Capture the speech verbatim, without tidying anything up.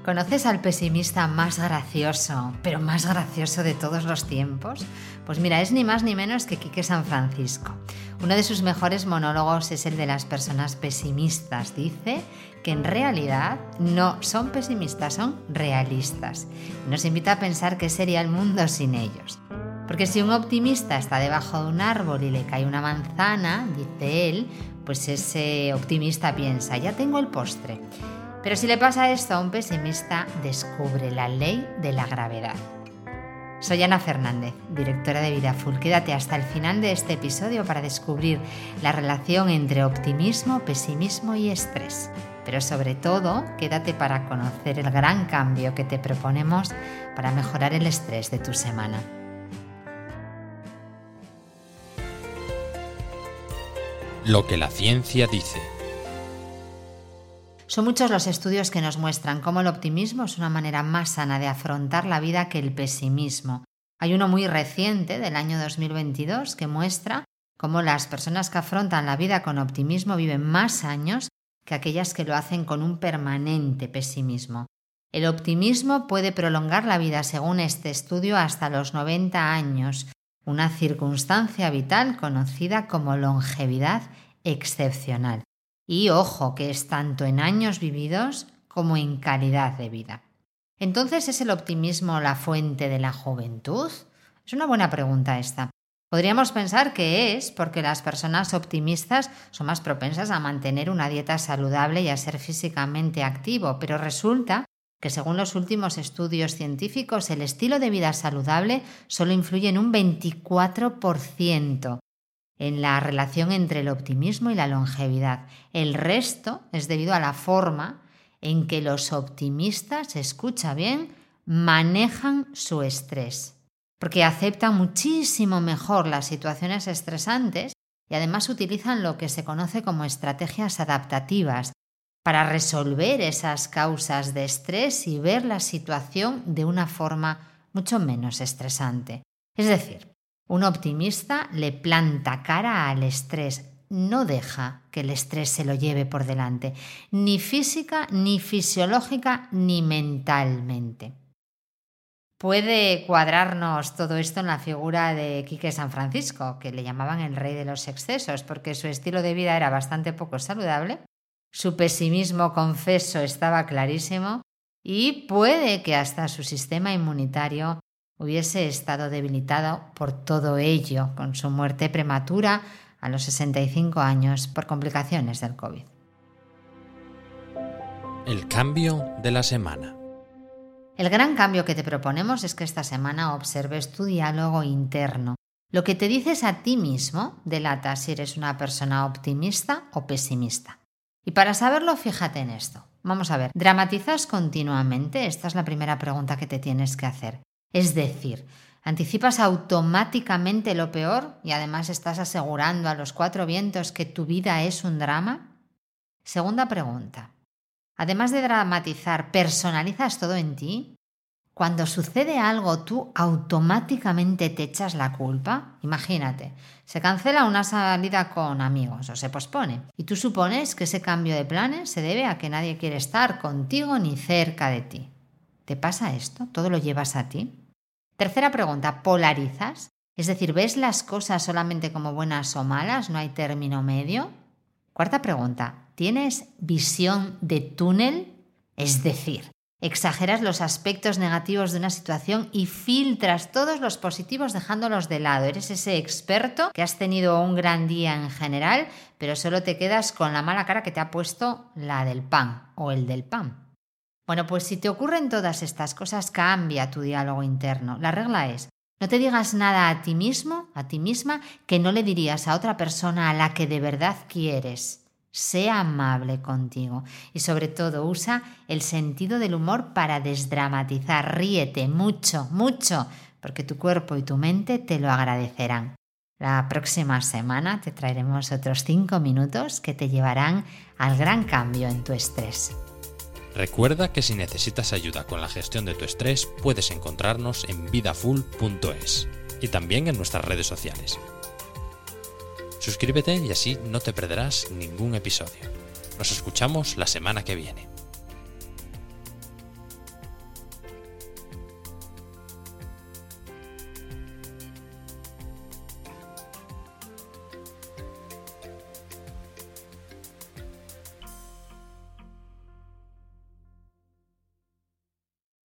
¿Conoces al pesimista más gracioso, pero más gracioso de todos los tiempos? Pues mira, es ni más ni menos que Quique San Francisco. Uno de sus mejores monólogos es el de las personas pesimistas. Dice que en realidad no son pesimistas, son realistas. Nos invita a pensar qué sería el mundo sin ellos. Porque si un optimista está debajo de un árbol y le cae una manzana, dice él, pues ese optimista piensa, ya tengo el postre. Pero si le pasa esto a un pesimista, descubre la ley de la gravedad. Soy Ana Fernández, directora de Vida Full. Quédate hasta el final de este episodio para descubrir la relación entre optimismo, pesimismo y estrés. Pero sobre todo, quédate para conocer el gran cambio que te proponemos para mejorar el estrés de tu semana. Lo que la ciencia dice. Son muchos los estudios que nos muestran cómo el optimismo es una manera más sana de afrontar la vida que el pesimismo. Hay uno muy reciente, del año dos mil veintidós, que muestra cómo las personas que afrontan la vida con optimismo viven más años que aquellas que lo hacen con un permanente pesimismo. El optimismo puede prolongar la vida, según este estudio, hasta los noventa años, una circunstancia vital conocida como longevidad excepcional. Y ojo, que es tanto en años vividos como en calidad de vida. ¿Entonces es el optimismo la fuente de la juventud? Es una buena pregunta esta. Podríamos pensar que es porque las personas optimistas son más propensas a mantener una dieta saludable y a ser físicamente activo, pero resulta que según los últimos estudios científicos, el estilo de vida saludable solo influye en un veinticuatro por ciento. En la relación entre el optimismo y la longevidad. El resto es debido a la forma en que los optimistas, escucha bien, manejan su estrés, porque aceptan muchísimo mejor las situaciones estresantes y además utilizan lo que se conoce como estrategias adaptativas para resolver esas causas de estrés y ver la situación de una forma mucho menos estresante. Es decir, un optimista le planta cara al estrés, no deja que el estrés se lo lleve por delante, ni física, ni fisiológica, ni mentalmente. Puede cuadrarnos todo esto en la figura de Quique San Francisco, que le llamaban el rey de los excesos, porque su estilo de vida era bastante poco saludable, su pesimismo, confeso, estaba clarísimo, y puede que hasta su sistema inmunitario hubiese estado debilitado por todo ello, con su muerte prematura a los sesenta y cinco años por complicaciones del COVID. El cambio de la semana. El gran cambio que te proponemos es que esta semana observes tu diálogo interno. Lo que te dices a ti mismo delata si eres una persona optimista o pesimista. Y para saberlo, fíjate en esto. Vamos a ver, ¿dramatizas continuamente? Esta es la primera pregunta que te tienes que hacer. Es decir, ¿anticipas automáticamente lo peor y además estás asegurando a los cuatro vientos que tu vida es un drama? Segunda pregunta. Además de dramatizar, ¿personalizas todo en ti? Cuando sucede algo, ¿tú automáticamente te echas la culpa? Imagínate, se cancela una salida con amigos o se pospone y tú supones que ese cambio de planes se debe a que nadie quiere estar contigo ni cerca de ti. ¿Te pasa esto? ¿Todo lo llevas a ti? Tercera pregunta, ¿polarizas? Es decir, ¿ves las cosas solamente como buenas o malas? ¿No hay término medio? Cuarta pregunta, ¿tienes visión de túnel? Es decir, ¿exageras los aspectos negativos de una situación y filtras todos los positivos dejándolos de lado? ¿Eres ese experto que has tenido un gran día en general, pero solo te quedas con la mala cara que te ha puesto la del pan o el del pan? Bueno, pues si te ocurren todas estas cosas, cambia tu diálogo interno. La regla es, no te digas nada a ti mismo, a ti misma, que no le dirías a otra persona a la que de verdad quieres. Sea amable contigo y sobre todo usa el sentido del humor para desdramatizar. Ríete mucho, mucho, porque tu cuerpo y tu mente te lo agradecerán. La próxima semana te traeremos otros cinco minutos que te llevarán al gran cambio en tu estrés. Recuerda que si necesitas ayuda con la gestión de tu estrés, puedes encontrarnos en vida full punto es y también en nuestras redes sociales. Suscríbete y así no te perderás ningún episodio. Nos escuchamos la semana que viene.